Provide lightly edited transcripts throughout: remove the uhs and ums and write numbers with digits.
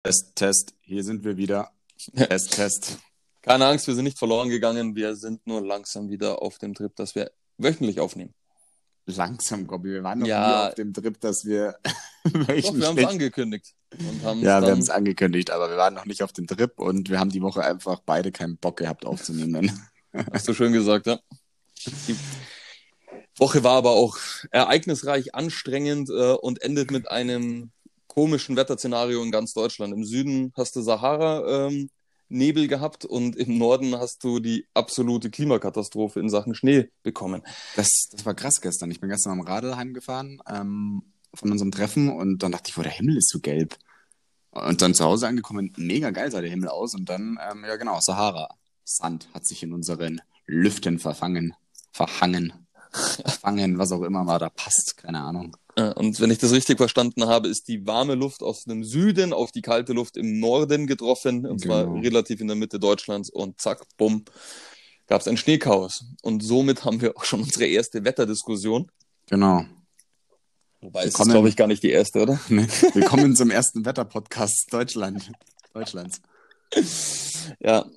Test, hier sind wir wieder. Test. Keine Angst, wir sind nicht verloren gegangen. Wir sind nur langsam wieder auf dem Trip, dass wir wöchentlich aufnehmen. Langsam, Gobby, wir waren noch nie Ja, auf dem Trip, dass wir doch, wir haben es wöchentlich... angekündigt. Und haben Ja, es wir haben dann. es angekündigt, aber wir waren noch nicht auf dem Trip und wir haben die Woche einfach beide keinen Bock gehabt aufzunehmen. Hast du schön gesagt, ja. Die Woche war aber auch ereignisreich, anstrengend und endet mit einem komischen Wetterszenario in ganz Deutschland. Im Süden hast du Sahara-Nebel gehabt und im Norden hast du die absolute Klimakatastrophe in Sachen Schnee bekommen. Das war krass gestern. Ich bin gestern am Radl heimgefahren von unserem Treffen und dann dachte ich, der Himmel ist so gelb. Und dann zu Hause angekommen, mega geil sah der Himmel aus und dann, ja genau, Sahara. Sand hat sich in unseren Lüften verfangen, was auch immer mal da passt, keine Ahnung. Und wenn ich das richtig verstanden habe, ist die warme Luft aus dem Süden auf die kalte Luft im Norden getroffen, und zwar Genau. relativ in der Mitte Deutschlands, und zack, bumm, gab es ein Schneechaos. Und somit haben wir auch schon unsere erste Wetterdiskussion. Genau. Wobei es ist, glaube ich, gar nicht die erste, oder? Nee. Willkommen zum ersten Wetterpodcast Deutschlands. Ja.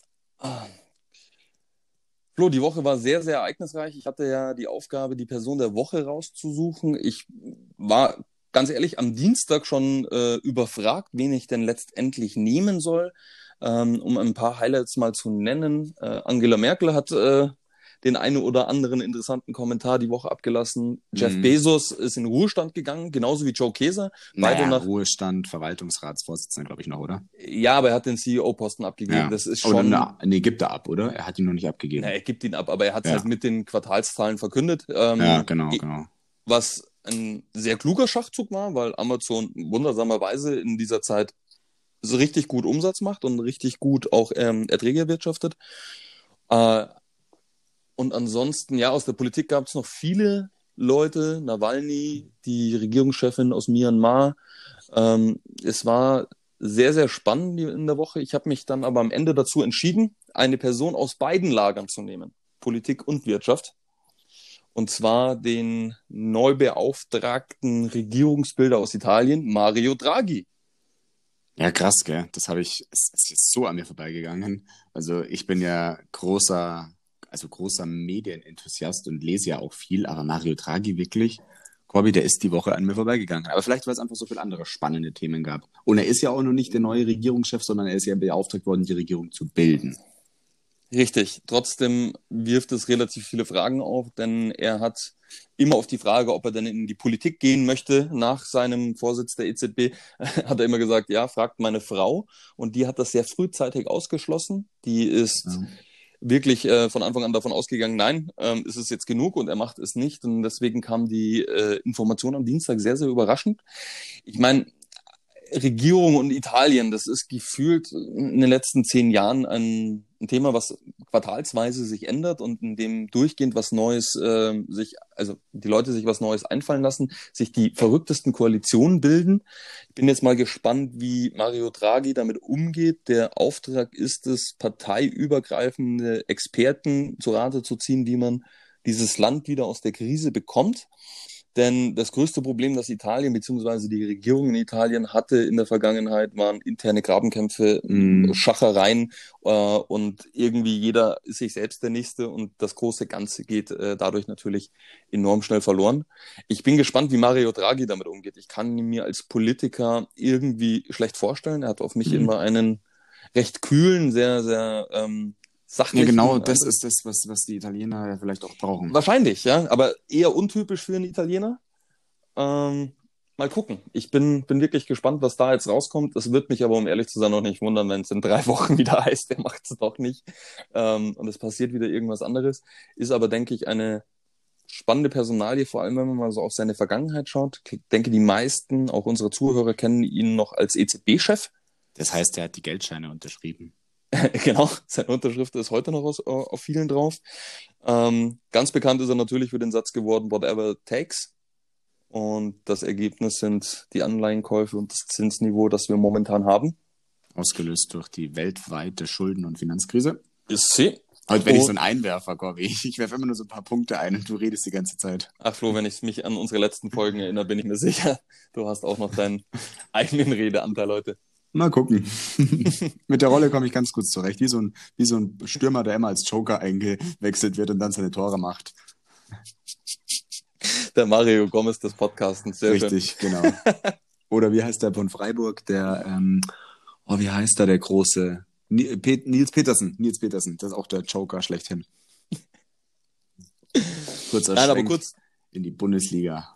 Flo, die Woche war sehr, sehr ereignisreich. Ich hatte ja die Aufgabe, die Person der Woche rauszusuchen. Ich war ganz ehrlich am Dienstag schon überfragt, wen ich denn letztendlich nehmen soll. Um ein paar Highlights mal zu nennen. Angela Merkel hat den einen oder anderen interessanten Kommentar die Woche abgelassen. Jeff Bezos ist in Ruhestand gegangen, genauso wie Joe Kezer. Beide Ruhestand, Verwaltungsratsvorsitzender, glaube ich noch, oder? Ja, aber er hat den CEO-Posten abgegeben. Ja. Das ist schon... Nee, gibt er ab, oder? Er hat ihn noch nicht abgegeben. Er gibt ihn ab, aber er hat es halt mit den Quartalszahlen verkündet. Ja, genau. Was ein sehr kluger Schachzug war, weil Amazon wundersamerweise in dieser Zeit so richtig gut Umsatz macht und richtig gut auch Erträge erwirtschaftet. Und ansonsten, ja, aus der Politik gab es noch viele Leute, Nawalny, die Regierungschefin aus Myanmar. Es war sehr, sehr spannend in der Woche. Ich habe mich dann aber am Ende dazu entschieden, eine Person aus beiden Lagern zu nehmen, Politik und Wirtschaft. Und zwar den neu beauftragten Regierungsbilder aus Italien, Mario Draghi. Ja, krass, gell? Es ist so an mir vorbeigegangen. Also ich bin ja großer Medienenthusiast und lese ja auch viel, aber Mario Draghi wirklich, Corby, der ist die Woche an mir vorbeigegangen. Aber vielleicht, weil es einfach so viele andere spannende Themen gab. Und er ist ja auch noch nicht der neue Regierungschef, sondern er ist ja beauftragt worden, die Regierung zu bilden. Richtig. Trotzdem wirft es relativ viele Fragen auf, denn er hat immer auf die Frage, ob er denn in die Politik gehen möchte nach seinem Vorsitz der EZB, hat er immer gesagt, ja, fragt meine Frau. Und die hat das sehr frühzeitig ausgeschlossen. Die ist wirklich von Anfang an davon ausgegangen, nein, es ist jetzt genug, und er macht es nicht. Und deswegen kam die Information am Dienstag sehr, sehr überraschend. Ich meine, Regierung und Italien, das ist gefühlt in den letzten 10 Jahren ein Thema, was quartalsweise sich ändert und in dem durchgehend was Neues die Leute sich was Neues einfallen lassen, sich die verrücktesten Koalitionen bilden. Ich bin jetzt mal gespannt, wie Mario Draghi damit umgeht. Der Auftrag ist es, parteiübergreifende Experten zu Rate zu ziehen, wie man dieses Land wieder aus der Krise bekommt. Denn das größte Problem, das Italien bzw. die Regierung in Italien hatte in der Vergangenheit, waren interne Grabenkämpfe, Schachereien und irgendwie jeder ist sich selbst der Nächste, und das große Ganze geht dadurch natürlich enorm schnell verloren. Ich bin gespannt, wie Mario Draghi damit umgeht. Ich kann ihn mir als Politiker irgendwie schlecht vorstellen. Er hat auf mich immer einen recht kühlen, sehr, sehr sachlichen... Ja, genau, das ist das, was die Italiener ja vielleicht auch brauchen. Wahrscheinlich, ja, aber eher untypisch für einen Italiener. Mal gucken. Ich bin wirklich gespannt, was da jetzt rauskommt. Es wird mich aber, um ehrlich zu sein, noch nicht wundern, wenn es in 3 Wochen wieder heißt, der macht es doch nicht. Und es passiert wieder irgendwas anderes. Ist aber, denke ich, eine spannende Personalie, vor allem wenn man mal so auf seine Vergangenheit schaut. Ich denke, die meisten, auch unsere Zuhörer, kennen ihn noch als EZB-Chef. Das heißt, er hat die Geldscheine unterschrieben. Genau, seine Unterschrift ist heute noch auf vielen drauf. Ganz bekannt ist er natürlich für den Satz geworden, whatever it takes. Und das Ergebnis sind die Anleihenkäufe und das Zinsniveau, das wir momentan haben. Ausgelöst durch die weltweite Schulden- und Finanzkrise. Ist sie. Heute bin ich so ein Einwerfer, Corby. Ich werfe immer nur so ein paar Punkte ein und du redest die ganze Zeit. Ach Flo, wenn ich mich an unsere letzten Folgen erinnere, bin ich mir sicher, du hast auch noch deinen eigenen Redeanteil heute. Mal gucken. Mit der Rolle komme ich ganz gut zurecht. Wie so ein Stürmer, der immer als Joker eingewechselt wird und dann seine Tore macht. Der Mario Gomez des Podcastens, sehr schön. Richtig, genau. Oder wie heißt der von Freiburg? Wie heißt der Große? Nils Petersen. Nils Petersen, das ist auch der Joker schlechthin. Kurzer Nein, aber Schwenk kurz, in die Bundesliga.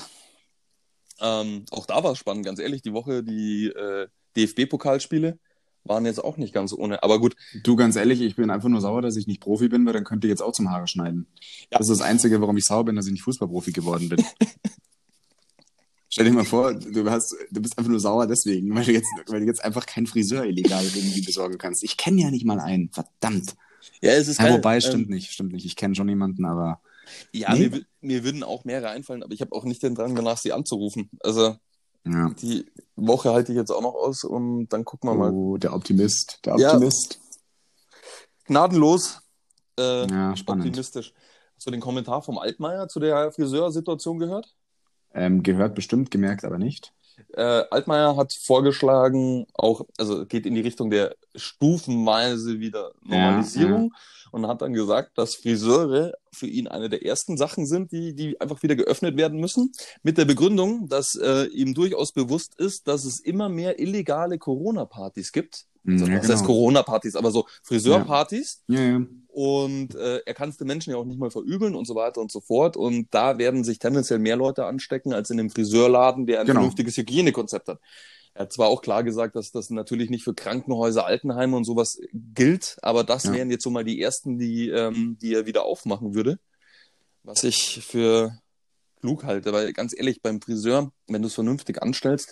auch da war es spannend, ganz ehrlich, die Woche, die DFB-Pokalspiele waren jetzt auch nicht ganz ohne. Aber gut, Du, ganz ehrlich, ich bin einfach nur sauer, dass ich nicht Profi bin, weil dann könnte ich jetzt auch zum Haare schneiden. Ja. Das ist das Einzige, warum ich sauer bin, dass ich nicht Fußballprofi geworden bin. Stell dir mal vor, du bist einfach nur sauer deswegen, weil du jetzt einfach keinen Friseur illegal irgendwie besorgen kannst. Ich kenne ja nicht mal einen, verdammt. ja, es ist Ja, geil. wobei, stimmt nicht. Ich kenne schon jemanden, aber Ja, nee. mir würden auch mehrere einfallen, aber ich habe auch nicht den Drang, danach sie anzurufen. Also Ja. die Woche halte ich jetzt auch noch aus und dann gucken wir mal. Oh, der Optimist. Ja. Gnadenlos Ja, spannend. optimistisch. Hast du den Kommentar vom Altmaier zu der Friseursituation gehört? Gehört bestimmt, gemerkt aber nicht. Altmaier hat vorgeschlagen, also geht in die Richtung der stufenweise wieder Normalisierung und hat dann gesagt, dass Friseure für ihn eine der ersten Sachen sind, die einfach wieder geöffnet werden müssen, mit der Begründung, dass ihm durchaus bewusst ist, dass es immer mehr illegale Corona-Partys gibt. Also, Ja, was heißt genau. Corona-Partys, aber so Friseurpartys. Ja. Und er kann es den Menschen ja auch nicht mal verübeln und so weiter und so fort. Und da werden sich tendenziell mehr Leute anstecken als in einem Friseurladen, der ein Genau. vernünftiges Hygienekonzept hat. Er hat zwar auch klar gesagt, dass das natürlich nicht für Krankenhäuser, Altenheime und sowas gilt, aber das Ja. wären jetzt so mal die ersten, die er wieder aufmachen würde. Was ich für klug halte, weil ganz ehrlich, beim Friseur, wenn du es vernünftig anstellst,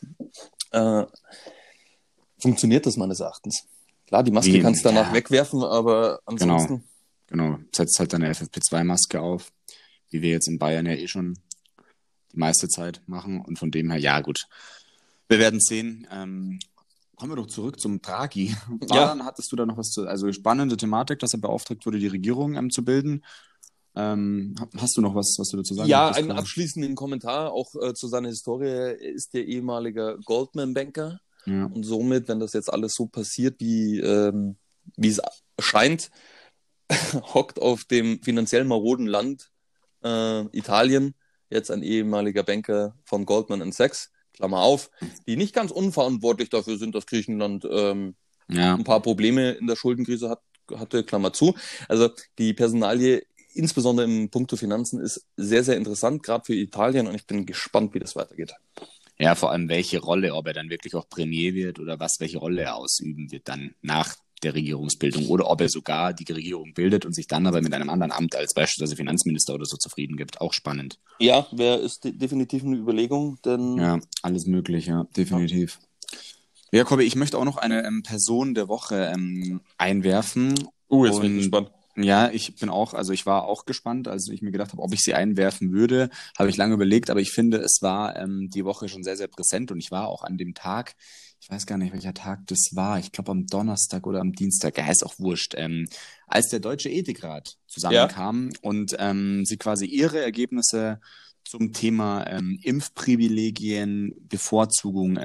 funktioniert das meines Erachtens. Klar, die Maske kannst du danach wegwerfen, aber ansonsten... Genau. Setzt halt deine FFP2-Maske auf, wie wir jetzt in Bayern ja eh schon die meiste Zeit machen. Und von dem her, ja gut, wir werden sehen. Kommen wir doch zurück zum Draghi. Baran, hattest du da noch was zu... Also spannende Thematik, dass er beauftragt wurde, die Regierung zu bilden. Hast du noch was du dazu sagen Ja, möchtest, einen quasi? abschließenden Kommentar auch zu seiner Historie. Er ist der ehemalige Goldman-Banker. Ja. Und somit, wenn das jetzt alles so passiert, wie es scheint, hockt auf dem finanziell maroden Land Italien jetzt ein ehemaliger Banker von Goldman Sachs, Klammer auf, die nicht ganz unverantwortlich dafür sind, dass Griechenland ein paar Probleme in der Schuldenkrise hatte, Klammer zu. Also die Personalie, insbesondere im Punkto Finanzen, ist sehr, sehr interessant, gerade für Italien, und ich bin gespannt, wie das weitergeht. Ja, vor allem welche Rolle, ob er dann wirklich auch Premier wird oder welche Rolle er ausüben wird dann nach der Regierungsbildung oder ob er sogar die Regierung bildet und sich dann aber mit einem anderen Amt als beispielsweise Finanzminister oder so zufrieden gibt. Auch spannend. Ja, ist definitiv eine Überlegung, denn... Ja, alles möglich, ja, definitiv. Ja, Kobi, ich möchte auch noch eine Person der Woche einwerfen. Jetzt bin ich gespannt. Ja, ich war auch gespannt, als ich mir gedacht habe, ob ich sie einwerfen würde, habe ich lange überlegt, aber ich finde, es war die Woche schon sehr, sehr präsent und ich war auch an dem Tag, ich weiß gar nicht, welcher Tag das war, ich glaube am Donnerstag oder am Dienstag, ja, ist auch wurscht, als der Deutsche Ethikrat zusammenkam und sie quasi ihre Ergebnisse zum Thema Impfprivilegien, Bevorzugung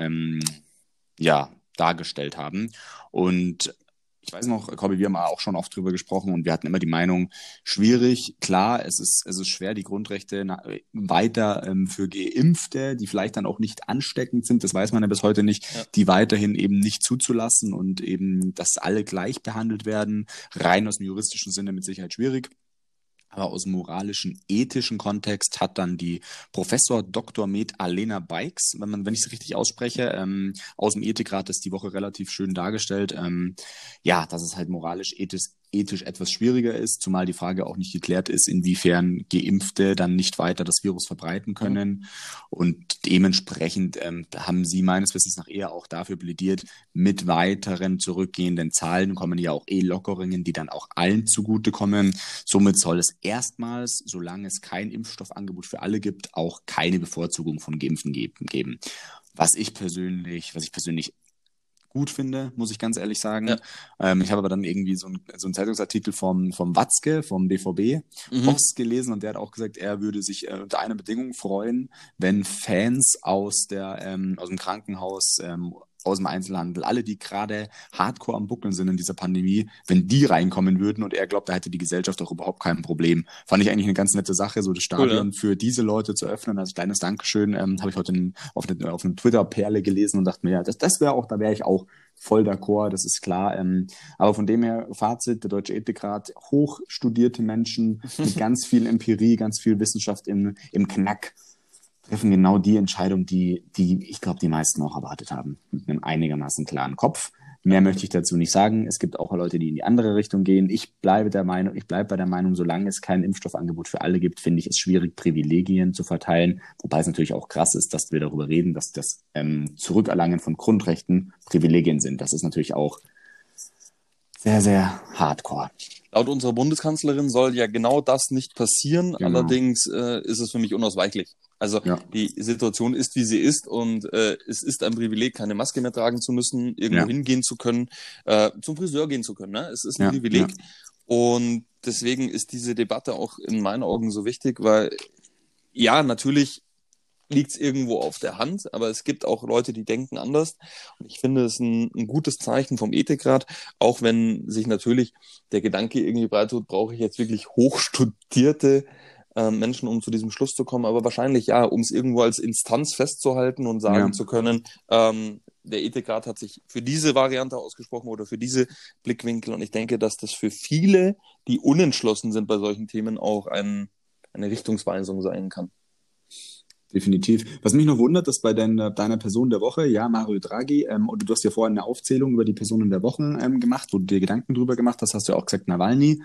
dargestellt haben. Und ich weiß noch, Corby, wir haben auch schon oft drüber gesprochen und wir hatten immer die Meinung, schwierig, klar, es ist schwer, die Grundrechte weiter für Geimpfte, die vielleicht dann auch nicht ansteckend sind, das weiß man ja bis heute nicht, die weiterhin eben nicht zuzulassen und eben, dass alle gleich behandelt werden, rein aus dem juristischen Sinne mit Sicherheit schwierig. Aber aus dem moralischen, ethischen Kontext hat dann die Professor Dr. Med. Alena Beix, wenn ich es richtig ausspreche, aus dem Ethikrat ist die Woche relativ schön dargestellt, dass es halt moralisch, ethisch etwas schwieriger ist, zumal die Frage auch nicht geklärt ist, inwiefern Geimpfte dann nicht weiter das Virus verbreiten können. Und dementsprechend haben sie meines Wissens nach eher auch dafür plädiert, mit weiteren zurückgehenden Zahlen kommen ja auch Lockerungen, die dann auch allen zugutekommen. Somit soll es erstmals, solange es kein Impfstoffangebot für alle gibt, auch keine Bevorzugung von Geimpften geben. Was ich persönlich gut finde, muss ich ganz ehrlich sagen. Ja. Ich habe aber dann irgendwie so einen Zeitungsartikel vom Watzke, vom BVB Post gelesen und der hat auch gesagt, er würde sich unter einer Bedingung freuen, wenn Fans aus dem Krankenhaus aus dem Einzelhandel, alle, die gerade hardcore am Buckeln sind in dieser Pandemie, wenn die reinkommen würden und er glaubt, da hätte die Gesellschaft auch überhaupt kein Problem. Fand ich eigentlich eine ganz nette Sache, so das Cool, ne? Stadion für diese Leute zu öffnen. Als kleines Dankeschön habe ich heute auf eine Twitter-Perle gelesen und dachte mir, ja, das wäre auch, da wäre ich auch voll d'accord, das ist klar. Aber von dem her, Fazit, der Deutsche Ethikrat, hochstudierte Menschen mit ganz viel Empirie, ganz viel Wissenschaft im Knack, treffen genau die Entscheidung, die ich glaube, die meisten auch erwartet haben. Mit einem einigermaßen klaren Kopf. Mehr möchte ich dazu nicht sagen. Es gibt auch Leute, die in die andere Richtung gehen. Ich bleibe bei der Meinung, solange es kein Impfstoffangebot für alle gibt, finde ich es schwierig, Privilegien zu verteilen. Wobei es natürlich auch krass ist, dass wir darüber reden, dass das Zurückerlangen von Grundrechten Privilegien sind. Das ist natürlich auch sehr, sehr hardcore. Laut unserer Bundeskanzlerin soll ja genau das nicht passieren. Genau. Allerdings ist es für mich unausweichlich. Also die Situation ist, wie sie ist und es ist ein Privileg, keine Maske mehr tragen zu müssen, irgendwo hingehen zu können, zum Friseur gehen zu können. Ne? Es ist ein Privileg und deswegen ist diese Debatte auch in meinen Augen so wichtig, weil ja, natürlich liegt es irgendwo auf der Hand, aber es gibt auch Leute, die denken anders. Und ich finde es ein gutes Zeichen vom Ethikrat, auch wenn sich natürlich der Gedanke irgendwie breit tut, brauche ich jetzt wirklich hochstudierte Menschen, um zu diesem Schluss zu kommen. Aber wahrscheinlich ja, um es irgendwo als Instanz festzuhalten und sagen zu können, der Ethikrat hat sich für diese Variante ausgesprochen oder für diese Blickwinkel. Und ich denke, dass das für viele, die unentschlossen sind bei solchen Themen, auch eine Richtungsweisung sein kann. Definitiv. Was mich noch wundert, ist bei deiner Person der Woche, ja, Mario Draghi, und du hast ja vorhin eine Aufzählung über die Personen der Woche gemacht, wo du dir Gedanken drüber gemacht hast, hast du ja auch gesagt, Nawalny.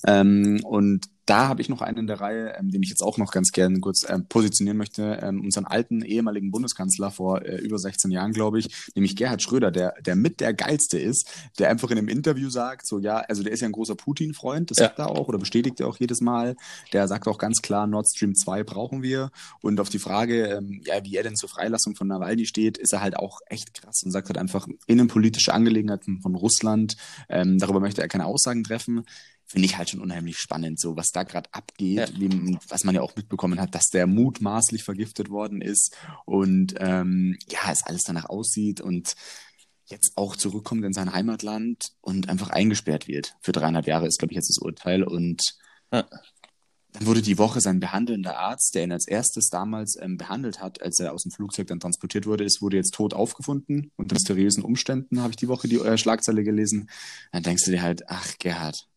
Und da habe ich noch einen in der Reihe, den ich jetzt auch noch ganz gerne kurz positionieren möchte, unseren alten ehemaligen Bundeskanzler vor über 16 Jahren, glaube ich, nämlich Gerhard Schröder, der mit der geilste ist, der einfach in einem Interview sagt, so ja, also der ist ja ein großer Putin-Freund, das sagt er auch oder bestätigt er auch jedes Mal, der sagt auch ganz klar, Nord Stream 2 brauchen wir und auf die Frage, ja, wie er denn zur Freilassung von Nawalny steht, ist er halt auch echt krass und sagt halt einfach, innenpolitische Angelegenheiten von Russland, darüber möchte er keine Aussagen treffen. Finde ich halt schon unheimlich spannend, so was da gerade abgeht, was man ja auch mitbekommen hat, dass der mutmaßlich vergiftet worden ist und ja, es alles danach aussieht und jetzt auch zurückkommt in sein Heimatland und einfach eingesperrt wird. Für 3,5 Jahre ist, glaube ich, jetzt das Urteil und dann wurde die Woche sein behandelnder Arzt, der ihn als erstes damals behandelt hat, als er aus dem Flugzeug dann transportiert wurde jetzt tot aufgefunden. Unter mysteriösen Umständen habe ich die Woche die Schlagzeile gelesen. Dann denkst du dir halt, ach Gerhard,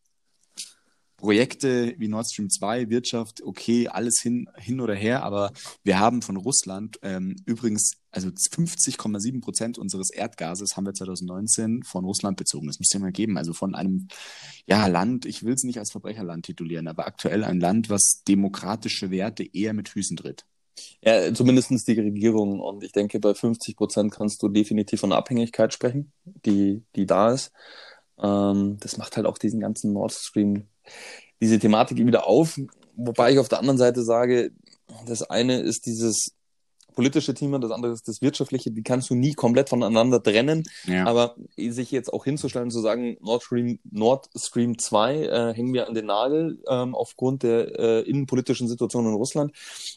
Projekte wie Nord Stream 2, Wirtschaft, okay, alles hin oder her, aber wir haben von Russland übrigens, also 50,7% unseres Erdgases haben wir 2019 von Russland bezogen. Das müsst ihr mal geben. Also von einem Land, ich will es nicht als Verbrecherland titulieren, aber aktuell ein Land, was demokratische Werte eher mit Füßen tritt. Ja, zumindest die Regierung. Und ich denke, bei 50% kannst du definitiv von Abhängigkeit sprechen, die da ist. Das macht halt auch diesen ganzen Nord Stream, diese Thematik wieder auf. Wobei ich auf der anderen Seite sage, das eine ist dieses politische Thema, das andere ist das wirtschaftliche, die kannst du nie komplett voneinander trennen. Ja. Aber sich jetzt auch hinzustellen, zu sagen, Nord Stream 2 hängen wir an den Nagel aufgrund der innenpolitischen Situation in Russland,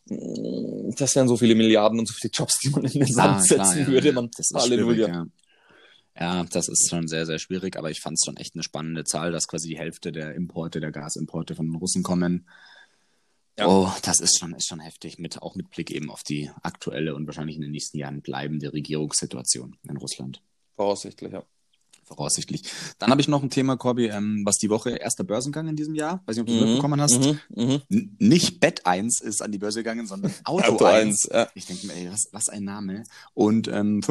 das wären so viele Milliarden und so viele Jobs, die man in den Sand setzen würde. Man das ist Halleluja. Ja, das ist schon sehr, sehr schwierig, aber ich fand es schon echt eine spannende Zahl, dass quasi die Hälfte der Gasimporte von den Russen kommen. Ja. Oh, das ist schon heftig, auch mit Blick eben auf die aktuelle und wahrscheinlich in den nächsten Jahren bleibende Regierungssituation in Russland. Voraussichtlich, ja. Voraussichtlich. Dann habe ich noch ein Thema, Corby, was die Woche erster Börsengang in diesem Jahr. Weiß nicht, ob du es mitbekommen hast. Nicht Bett 1 ist an die Börse gegangen, sondern Auto 1. Ja. Ich denke mir, ey, was ein Name. Und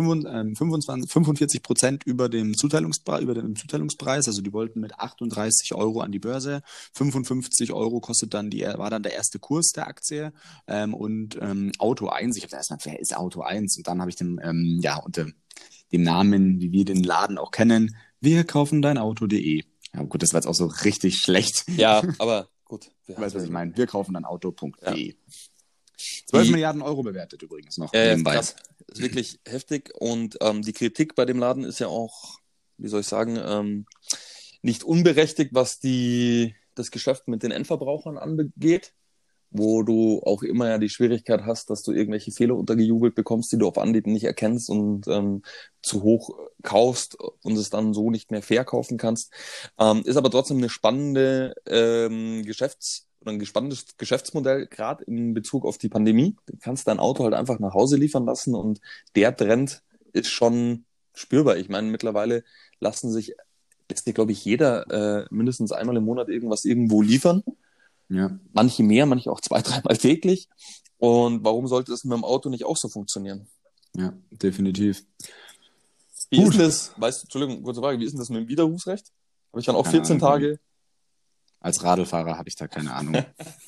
45% über dem Zuteilungspreis. Also die wollten mit 38 Euro an die Börse. 55 Euro war dann der erste Kurs der Aktie. Und Auto 1, ich habe da erstmal, wer ist Auto 1? Und dann habe ich unter dem Namen, wie wir den Laden auch kennen, wir kaufen dein Auto.de. Ja gut, das war jetzt auch so richtig schlecht. Ja, aber gut. Du weißt, was ich meine. Wir kaufen dein Auto.de. Ja. 12 Milliarden Euro bewertet übrigens noch. Krass. Das ist wirklich heftig und die Kritik bei dem Laden ist ja auch, wie soll ich sagen, nicht unberechtigt, was das Geschäft mit den Endverbrauchern angeht. wo du auch immer ja die Schwierigkeit hast, dass du irgendwelche Fehler untergejubelt bekommst, die du auf Anhieb nicht erkennst und zu hoch kaufst und es dann so nicht mehr verkaufen kannst. Ist aber trotzdem eine spannende oder ein spannendes Geschäftsmodell, gerade in Bezug auf die Pandemie. Du kannst dein Auto halt einfach nach Hause liefern lassen und der Trend ist schon spürbar. Ich meine, mittlerweile lässt dir, glaube ich, jeder mindestens einmal im Monat irgendwas irgendwo liefern. Ja. Manche mehr, manche auch 2, 3 Mal täglich. Und warum sollte es mit dem Auto nicht auch so funktionieren? Ja, definitiv. Wie ist denn das, weißt du, Entschuldigung, kurze Frage, wie ist denn das mit dem Widerrufsrecht? Habe ich dann auch Keine 14 Ahnung. Tage? Als Radlfahrer habe ich da keine Ahnung.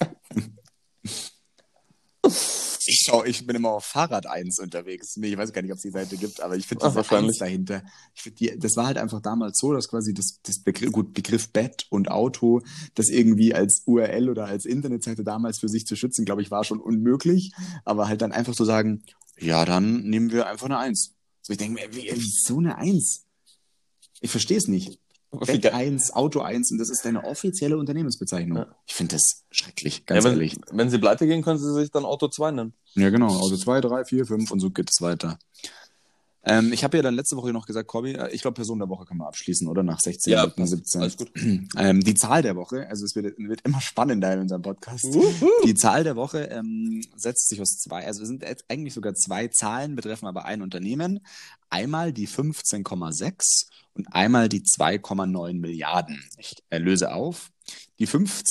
Ich bin immer auf Fahrrad 1 unterwegs. Nee, ich weiß gar nicht, ob es die Seite gibt, aber ich finde diese Wahrscheinlich. 1 dahinter. Das war halt einfach damals so, dass quasi das Begriff Bett und Auto, das irgendwie als URL oder als Internetseite damals für sich zu schützen, glaube ich, war schon unmöglich. Aber halt dann einfach so sagen, ja, dann nehmen wir einfach eine 1. So, ich denke mir, wieso eine 1? Ich verstehe es nicht. Bett 1, Auto 1 und das ist deine offizielle Unternehmensbezeichnung. Ja. Ich finde das schrecklich, ganz ehrlich. Wenn sie pleite gehen, können sie sich dann Auto 2 nennen. Ja, genau. Auto 2, 3, 4, 5 und so geht es weiter. Ich habe ja dann letzte Woche noch gesagt, Corby, ich glaube, Person der Woche kann man abschließen, oder? Nach 16, Ja, 17. alles gut. Die Zahl der Woche, also es wird immer spannender in unserem Podcast. Die Zahl der Woche setzt sich aus 2, also es sind eigentlich sogar 2 Zahlen, betreffen aber ein Unternehmen. Einmal die 15,6 und einmal die 2,9 Milliarden. Ich löse auf. Die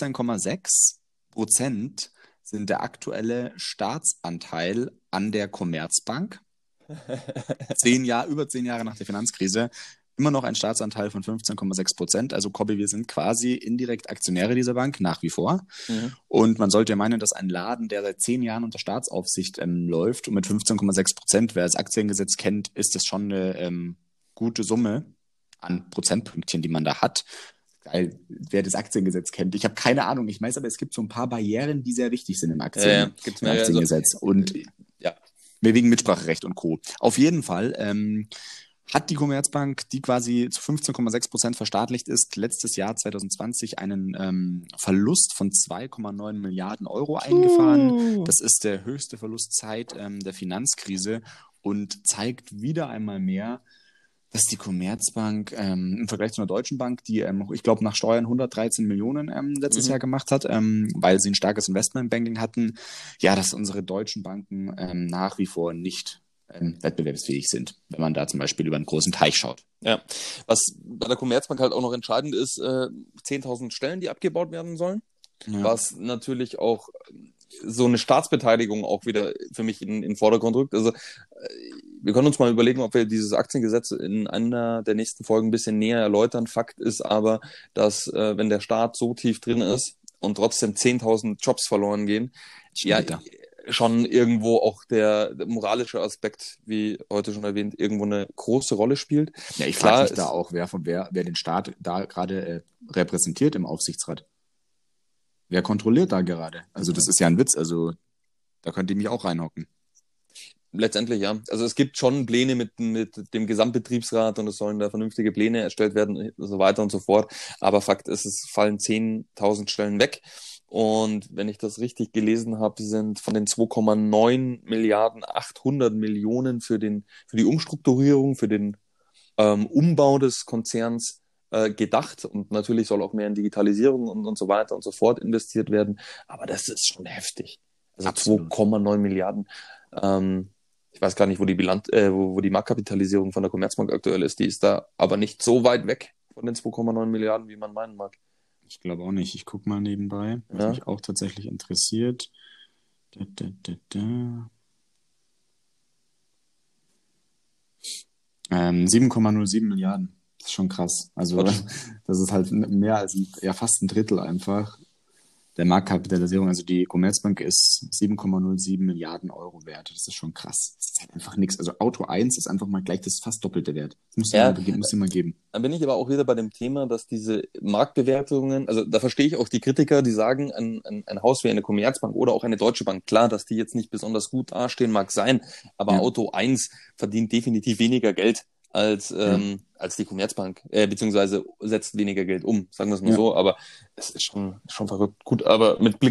15,6% sind der aktuelle Staatsanteil an der Commerzbank. Über 10 Jahre nach der Finanzkrise, immer noch ein Staatsanteil von 15,6%. Also, Cobby, wir sind quasi indirekt Aktionäre dieser Bank, nach wie vor. Mhm. Und man sollte ja meinen, dass ein Laden, der seit 10 Jahren unter Staatsaufsicht läuft und mit 15,6%, wer das Aktiengesetz kennt, ist das schon eine gute Summe an Prozentpünktchen, die man da hat. Geil, wer das Aktiengesetz kennt. Ich habe keine Ahnung. Ich weiß aber, es gibt so ein paar Barrieren, die sehr wichtig sind im Aktiengesetz. Und ja. Wegen Mitspracherecht und Co. Auf jeden Fall hat die Commerzbank, die quasi zu 15,6% verstaatlicht ist, letztes Jahr 2020 einen Verlust von 2,9 Milliarden Euro eingefahren. Das ist der höchste Verlust seit der Finanzkrise und zeigt wieder einmal mehr, dass die Commerzbank im Vergleich zu einer Deutschen Bank, die, ich glaube, nach Steuern 113 Millionen letztes Jahr gemacht hat, weil sie ein starkes Investmentbanking hatten, ja, dass unsere deutschen Banken nach wie vor nicht wettbewerbsfähig sind, wenn man da zum Beispiel über einen großen Teich schaut. Ja, was bei der Commerzbank halt auch noch entscheidend ist, 10.000 Stellen, die abgebaut werden sollen, was natürlich auch so eine Staatsbeteiligung auch wieder für mich in den Vordergrund rückt. Also wir können uns mal überlegen, ob wir dieses Aktiengesetz in einer der nächsten Folgen ein bisschen näher erläutern. Fakt ist aber, dass wenn der Staat so tief drin ist und trotzdem 10.000 Jobs verloren gehen, ja, schon irgendwo auch der moralische Aspekt, wie heute schon erwähnt, irgendwo eine große Rolle spielt. Ja, ich frage mich da auch, wer den Staat da gerade repräsentiert im Aufsichtsrat. Wer kontrolliert da gerade? Also das ist ja ein Witz, also da könnt ihr mich auch reinhocken. Letztendlich, ja. Also es gibt schon Pläne mit dem Gesamtbetriebsrat und es sollen da vernünftige Pläne erstellt werden und so weiter und so fort. Aber Fakt ist, es fallen 10.000 Stellen weg. Und wenn ich das richtig gelesen habe, sind von den 2,9 Milliarden 800 Millionen für die Umstrukturierung, für den Umbau des Konzerns gedacht. Und natürlich soll auch mehr in Digitalisierung und so weiter und so fort investiert werden. Aber das ist schon heftig. Also 2,9 Milliarden. Ich weiß gar nicht, wo die Marktkapitalisierung von der Commerzbank aktuell ist. Die ist da aber nicht so weit weg von den 2,9 Milliarden, wie man meinen mag. Ich glaube auch nicht. Ich gucke mal nebenbei, was mich auch tatsächlich interessiert. 7,07 Milliarden. Das ist schon krass. Also das ist halt mehr als fast ein Drittel einfach der Marktkapitalisierung. Also die Commerzbank ist 7,07 Milliarden Euro wert. Das ist schon krass. Das ist halt einfach nichts. Also Auto 1 ist einfach mal gleich das fast doppelte Wert. Das muss ich mal geben. Dann bin ich aber auch wieder bei dem Thema, dass diese Marktbewertungen, also da verstehe ich auch die Kritiker, die sagen, ein Haus wie eine Commerzbank oder auch eine Deutsche Bank, klar, dass die jetzt nicht besonders gut dastehen, mag sein, aber Auto 1 verdient definitiv weniger Geld als die Commerzbank, beziehungsweise setzt weniger Geld um, sagen wir es mal so, aber es ist schon verrückt. Gut, aber mit Blick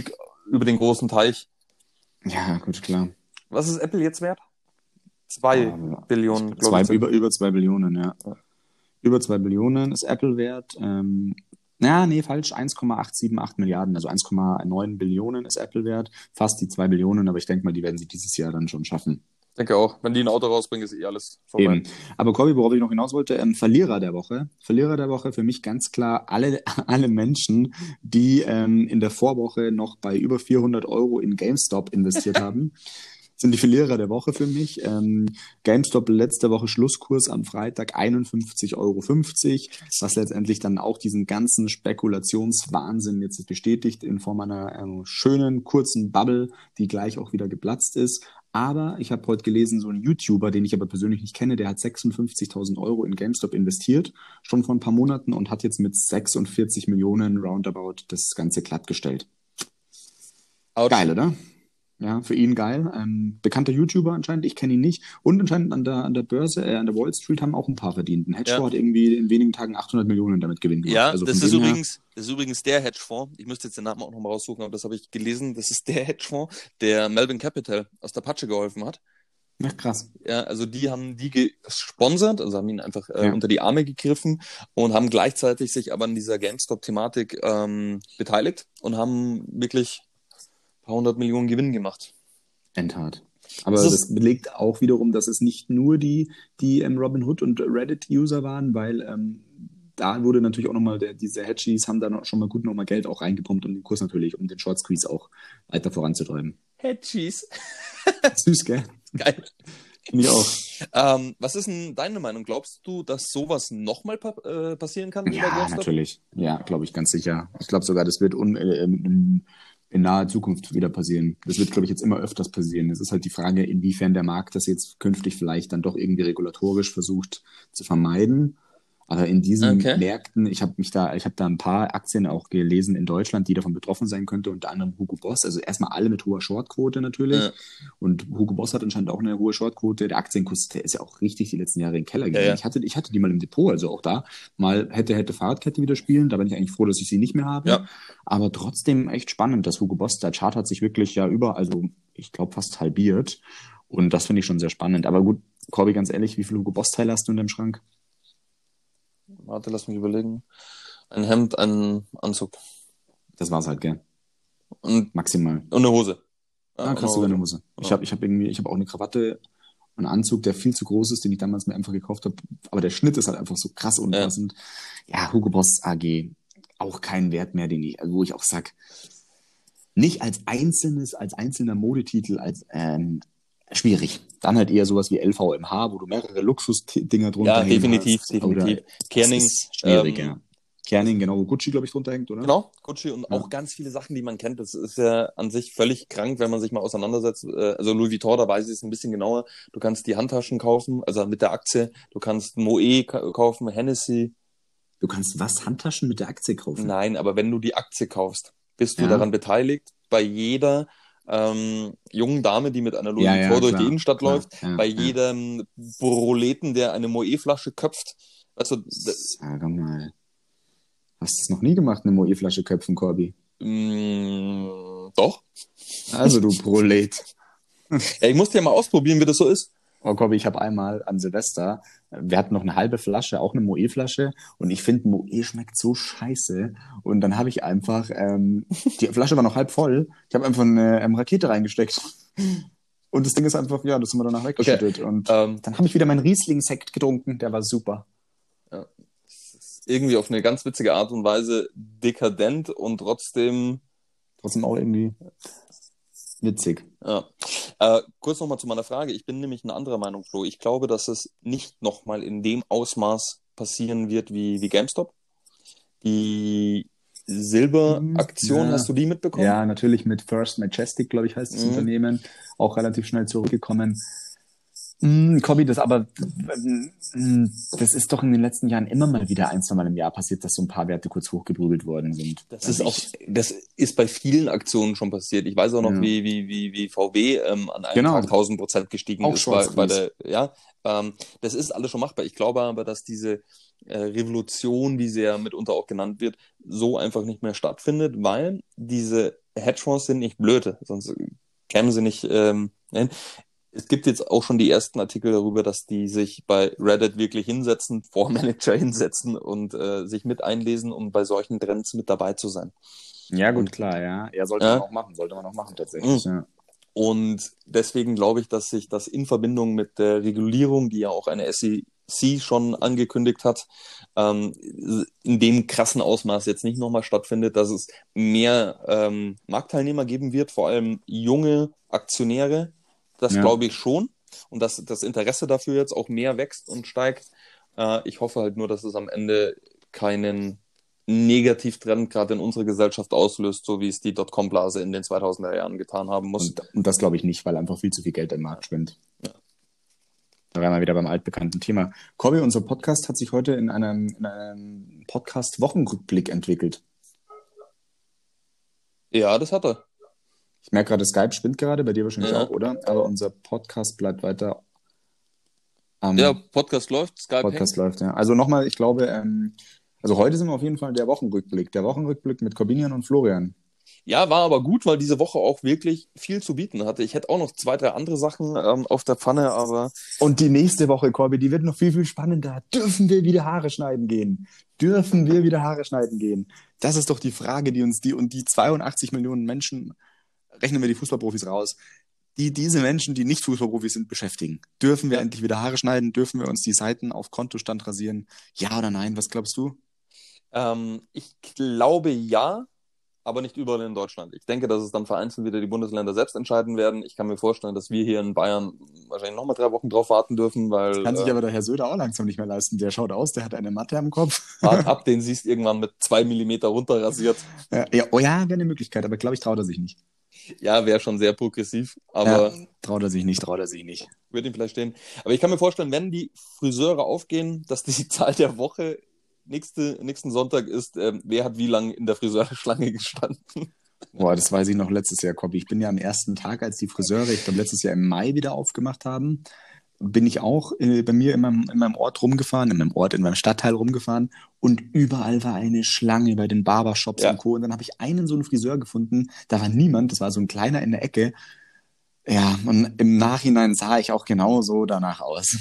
über den großen Teich. Ja, gut, klar. Was ist Apple jetzt wert? 2 Billionen, glaube ich. Über 2 Billionen, ja. Über 2 Billionen ist Apple wert. Nee, falsch. 1,878 Milliarden, also 1,9 Billionen ist Apple wert. Fast die 2 Billionen, aber ich denke mal, die werden sie dieses Jahr dann schon schaffen. Ich denke auch, wenn die ein Auto rausbringen, ist alles vorbei. Eben. Aber Corby, worauf ich noch hinaus wollte, Verlierer der Woche. Verlierer der Woche für mich ganz klar alle Menschen, die in der Vorwoche noch bei über 400 Euro in GameStop investiert haben. Sind die Verlierer der Woche für mich. GameStop letzte Woche Schlusskurs am Freitag 51,50 Euro, was letztendlich dann auch diesen ganzen Spekulationswahnsinn jetzt bestätigt in Form einer schönen, kurzen Bubble, die gleich auch wieder geplatzt ist. Aber ich habe heute gelesen, so ein YouTuber, den ich aber persönlich nicht kenne, der hat 56.000 Euro in GameStop investiert, schon vor ein paar Monaten und hat jetzt mit 46 Millionen roundabout das Ganze glattgestellt. Ouch. Geil, oder? Ja, für ihn geil. Bekannter YouTuber anscheinend, ich kenne ihn nicht. Und anscheinend an der Börse, an der Wall Street haben auch ein paar verdient. Ein Hedgefonds hat irgendwie in wenigen Tagen 800 Millionen damit Gewinn gemacht. Ja, also das ist übrigens der Hedgefonds. Ich müsste jetzt den Namen auch nochmal raussuchen, aber das habe ich gelesen. Das ist der Hedgefonds, der Melvin Capital aus der Patsche geholfen hat. Ja, krass. Ja, also die haben die gesponsert, also haben ihn einfach unter die Arme gegriffen und haben gleichzeitig sich aber an dieser GameStop-Thematik beteiligt und haben wirklich ein paar 100 Millionen Gewinn gemacht. Endhart. Aber das belegt auch wiederum, dass es nicht nur die Robinhood und Reddit-User waren, weil da wurde natürlich auch nochmal, diese Hedgies haben da schon mal gut nochmal Geld auch reingepumpt, um den Kurs natürlich, um den Short Squeeze auch weiter voranzutreiben. Hedgies. Süß, gell? Geil. Finde ich auch. Was ist denn deine Meinung? Glaubst du, dass sowas nochmal passieren kann? Ja, natürlich. Ja, glaube ich ganz sicher. Ich glaube sogar, das wird in naher Zukunft wieder passieren. Das wird, glaube ich, jetzt immer öfters passieren. Es ist halt die Frage, inwiefern der Markt das jetzt künftig vielleicht dann doch irgendwie regulatorisch versucht zu vermeiden. Aber in diesen Märkten, ich habe da ein paar Aktien auch gelesen in Deutschland, die davon betroffen sein könnte, unter anderem Hugo Boss. Also erstmal alle mit hoher Shortquote natürlich. Ja. Und Hugo Boss hat anscheinend auch eine hohe Shortquote. Der Aktienkurs, der ist ja auch richtig die letzten Jahre in den Keller gegangen. Ja. Ich hatte die mal im Depot, also auch da mal hätte Fahrradkette wieder spielen. Da bin ich eigentlich froh, dass ich sie nicht mehr habe. Ja. Aber trotzdem echt spannend, dass Hugo Boss, der Chart hat sich wirklich ja also ich glaube fast halbiert. Und das finde ich schon sehr spannend. Aber gut, Corby, ganz ehrlich, wie viele Hugo Boss-Teile hast du in deinem Schrank? Warte, lass mich überlegen. Ein Hemd, ein Anzug. Das war's halt, gell? Und maximal. Und eine Hose. Ja, kriegst du eine Hose. Ja. Ich hab auch eine Krawatte, einen Anzug, der viel zu groß ist, den ich damals mir einfach gekauft habe. Aber der Schnitt ist halt einfach so krass unpassend. Ja, Hugo Boss AG, auch kein Wert mehr, wo ich auch sag, nicht als einzelner Modetitel, als schwierig. Dann halt eher sowas wie LVMH, wo du mehrere Luxusdinger drunter hast. Ja, definitiv. Kerning. Schwierig, ja. Kerning, genau, wo Gucci, glaube ich, drunter hängt, oder? Genau, Gucci und auch ganz viele Sachen, die man kennt. Das ist ja an sich völlig krank, wenn man sich mal auseinandersetzt. Also Louis Vuitton, da weiß ich es ein bisschen genauer. Du kannst die Handtaschen kaufen, also mit der Aktie. Du kannst Moët kaufen, Hennessy. Du kannst was? Handtaschen mit der Aktie kaufen? Nein, aber wenn du die Aktie kaufst, bist du daran beteiligt, bei jeder jungen Dame, die mit einer Louis Vuitton durch die Innenstadt läuft, bei jedem Proleten, der eine Moët-Flasche köpft. Also, sag mal. Hast du es noch nie gemacht, eine Moët-Flasche köpfen, Corby? Doch. Also, du Prolet. Ja, ich musste ja mal ausprobieren, wie das so ist. Oh, Corby, ich habe einmal an Silvester, wir hatten noch eine halbe Flasche, auch eine Moët-Flasche, und ich finde, Moët schmeckt so scheiße. Und dann habe ich einfach, die Flasche war noch halb voll, ich habe einfach eine Rakete reingesteckt. Und das Ding ist einfach, das haben wir danach weggeschüttet. Okay. Und dann habe ich wieder meinen Riesling-Sekt getrunken, der war super. Ja. Irgendwie auf eine ganz witzige Art und Weise dekadent und trotzdem auch irgendwie witzig. Ja. Kurz nochmal zu meiner Frage. Ich bin nämlich eine andere Meinung, Flo. Ich glaube, dass es nicht nochmal in dem Ausmaß passieren wird wie GameStop. Die Silberaktion, hast du die mitbekommen? Ja, natürlich mit First Majestic, glaube ich, heißt das Unternehmen. Auch relativ schnell zurückgekommen. Cobby, das ist doch in den letzten Jahren immer mal wieder ein, zwei Mal im Jahr passiert, dass so ein paar Werte kurz hochgeprügelt worden sind. Das ist bei vielen Aktionen schon passiert. Ich weiß auch noch, Ja. wie VW an einem Genau, Tag 1000% gestiegen auch ist bei schwarz-weiß. das ist alles schon machbar. Ich glaube aber, dass diese Revolution, wie sie ja mitunter auch genannt wird, so einfach nicht mehr stattfindet, weil diese Hedgefonds sind nicht blöde, sonst kämen sie nicht hin. Es gibt jetzt auch schon die ersten Artikel darüber, dass die sich bei Reddit wirklich hinsetzen, Fondsmanager hinsetzen und sich mit einlesen, um bei solchen Trends mit dabei zu sein. Ja, gut, Und klar, ja. Ja, ja, sollte man auch machen tatsächlich, mh. ja. Und deswegen glaube ich, dass sich das in Verbindung mit der Regulierung, die ja auch eine SEC schon angekündigt hat, in dem krassen Ausmaß jetzt nicht nochmal stattfindet, dass es mehr Marktteilnehmer geben wird, vor allem junge Aktionäre. Das Ja. glaube ich schon. Und dass das Interesse dafür jetzt auch mehr wächst und steigt. Ich hoffe halt nur, dass es am Ende keinen Negativtrend gerade in unserer Gesellschaft auslöst, so wie es die Dotcom-Blase in den 2000er Jahren getan haben muss. Und das glaube ich nicht, weil einfach viel zu viel Geld im Markt schwimmt. Da wären wir wieder beim altbekannten Thema. Corby, unser Podcast hat sich heute in einem Podcast-Wochenrückblick entwickelt. Ja, das hat er. Ich merke gerade, Skype spinnt gerade, bei dir wahrscheinlich Ja. auch, oder? Aber unser Podcast bleibt weiter am Ja, Podcast läuft, Skype Podcast hängt. läuft, ja. Also nochmal, ich glaube, also heute sind wir auf jeden Fall der Wochenrückblick. Der Wochenrückblick mit Corbinian und Florian. Ja, war aber gut, weil diese Woche auch wirklich viel zu bieten hatte. Ich hätte auch noch 2, 3 andere Sachen auf der Pfanne, aber Und die nächste Woche, Corby, die wird noch viel, viel spannender. Dürfen wir wieder Haare schneiden gehen? Dürfen wir wieder Haare schneiden gehen? Das ist doch die Frage, die uns die 82 Millionen Menschen, rechnen wir die Fußballprofis raus, diese Menschen, die nicht Fußballprofis sind, beschäftigen. Dürfen wir ja. endlich wieder Haare schneiden? Dürfen wir uns die Seiten auf Kontostand rasieren? Ja oder nein? Was glaubst du? Ich glaube ja, aber nicht überall in Deutschland. Ich denke, dass es dann vereinzelt wieder die Bundesländer selbst entscheiden werden. Ich kann mir vorstellen, dass wir hier in Bayern wahrscheinlich nochmal 3 Wochen drauf warten dürfen, weil Kann sich aber der Herr Söder auch langsam nicht mehr leisten. Der schaut aus, der hat eine Matte am Kopf. Fahrt ab, den siehst irgendwann mit 2 Millimeter runterrasiert. Ja, oh ja, wäre eine Möglichkeit, aber glaube ich, traut er sich nicht. Ja, wäre schon sehr progressiv, Ja, aber traut er sich nicht, traut er sich nicht. würde ihm vielleicht stehen. Aber ich kann mir vorstellen, wenn die Friseure aufgehen, dass die Zahl der Woche nächsten Sonntag ist, wer hat wie lange in der Friseurschlange gestanden. Boah, das weiß ich noch letztes Jahr, Copy. Ich bin ja am ersten Tag, als die Friseure, ich glaube, letztes Jahr im Mai wieder aufgemacht haben, bin ich auch bei mir in meinem Ort rumgefahren, in meinem Stadtteil rumgefahren und überall war eine Schlange bei den Barbershops Ja, und Co. Und dann habe ich so einen Friseur gefunden, da war niemand, das war so ein kleiner in der Ecke. Ja, und im Nachhinein sah ich auch genauso danach aus.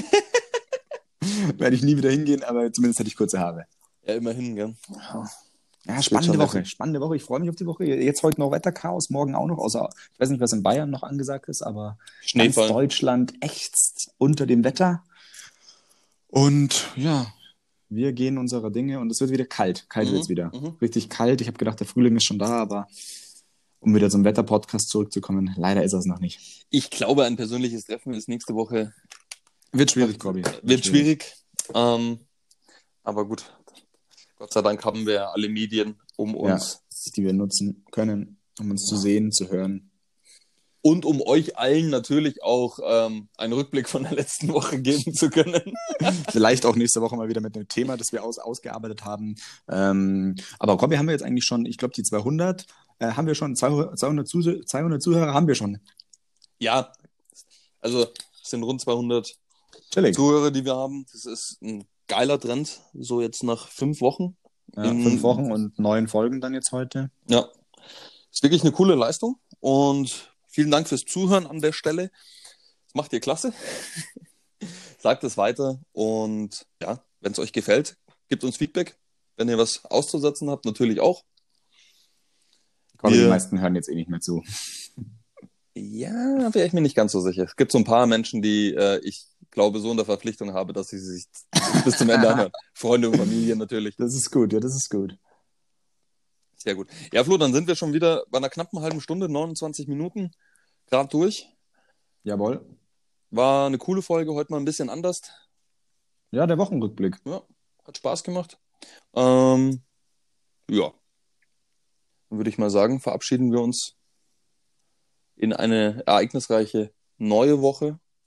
Werde ich nie wieder hingehen, aber zumindest hatte ich kurze Haare. ja, immerhin, gell. Ja, Das wird spannende schon Woche, lassen. spannende Woche. Ich freue mich auf die Woche. Jetzt heute noch Wetterchaos, morgen auch noch, außer ich weiß nicht, was in Bayern noch angesagt ist, aber ganz Schneefall. Deutschland ächzt unter dem Wetter. Und ja, wir gehen unserer Dinge und es wird wieder kalt. Kalt wird's wieder. Mhm. Richtig kalt. Ich habe gedacht, der Frühling ist schon da, aber um wieder zum Wetter-Podcast zurückzukommen, leider ist es noch nicht. Ich glaube, ein persönliches Treffen ist nächste Woche. Wird schwierig, Corby. Wird schwierig. Aber gut. Gott sei Dank haben wir alle Medien um uns. Ja, die wir nutzen können, um uns zu sehen, zu hören. Und um euch allen natürlich auch einen Rückblick von der letzten Woche geben zu können. Vielleicht auch nächste Woche mal wieder mit einem Thema, das wir ausgearbeitet haben. Aber Corby, haben wir jetzt eigentlich schon, ich glaube, die 200 haben wir schon, 200 Zuhörer haben wir schon. Ja, also es sind rund 200 Chillig. Zuhörer, die wir haben. Das ist ein geiler Trend, so jetzt nach 5 Wochen. Ja, 5 Wochen und 9 Folgen dann jetzt heute. Ja, ist wirklich eine coole Leistung und vielen Dank fürs Zuhören an der Stelle. Das macht ihr klasse. Sagt es weiter und ja, wenn es euch gefällt, gebt uns Feedback. Wenn ihr was auszusetzen habt, natürlich auch. Corby, die meisten hören jetzt eh nicht mehr zu. Ja, wäre ich mir nicht ganz so sicher. Es gibt so ein paar Menschen, die ich glaube so in der Verpflichtung habe, dass sie sich bis zum Ende anhören. Freunde und Familie natürlich. Das ist gut, ja, das ist gut. Sehr gut. Ja, Flo, dann sind wir schon wieder bei einer knappen halben Stunde, 29 Minuten, gerade durch. Jawohl. War eine coole Folge, heute mal ein bisschen anders. Ja, der Wochenrückblick. Ja, hat Spaß gemacht. Ja, dann würde ich mal sagen, verabschieden wir uns in eine ereignisreiche neue Woche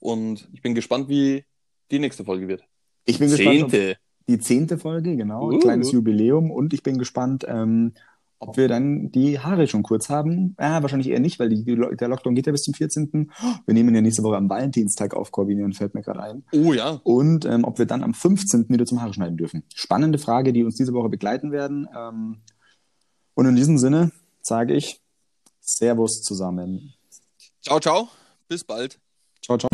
und ich bin gespannt, wie die nächste Folge wird. Ich bin gespannt, ob 10. die 10. Folge, genau, ein kleines Jubiläum. Und ich bin gespannt, ob wir dann die Haare schon kurz haben. Wahrscheinlich eher nicht, weil der Lockdown geht ja bis zum 14. Wir nehmen ja nächste Woche am Valentinstag auf, Corvinian, fällt mir gerade ein. Oh ja. Und ob wir dann am 15. wieder zum Haare schneiden dürfen. Spannende Frage, die uns diese Woche begleiten werden. Und in diesem Sinne sage ich Servus zusammen. Ciao, ciao. Bis bald. Ciao, ciao.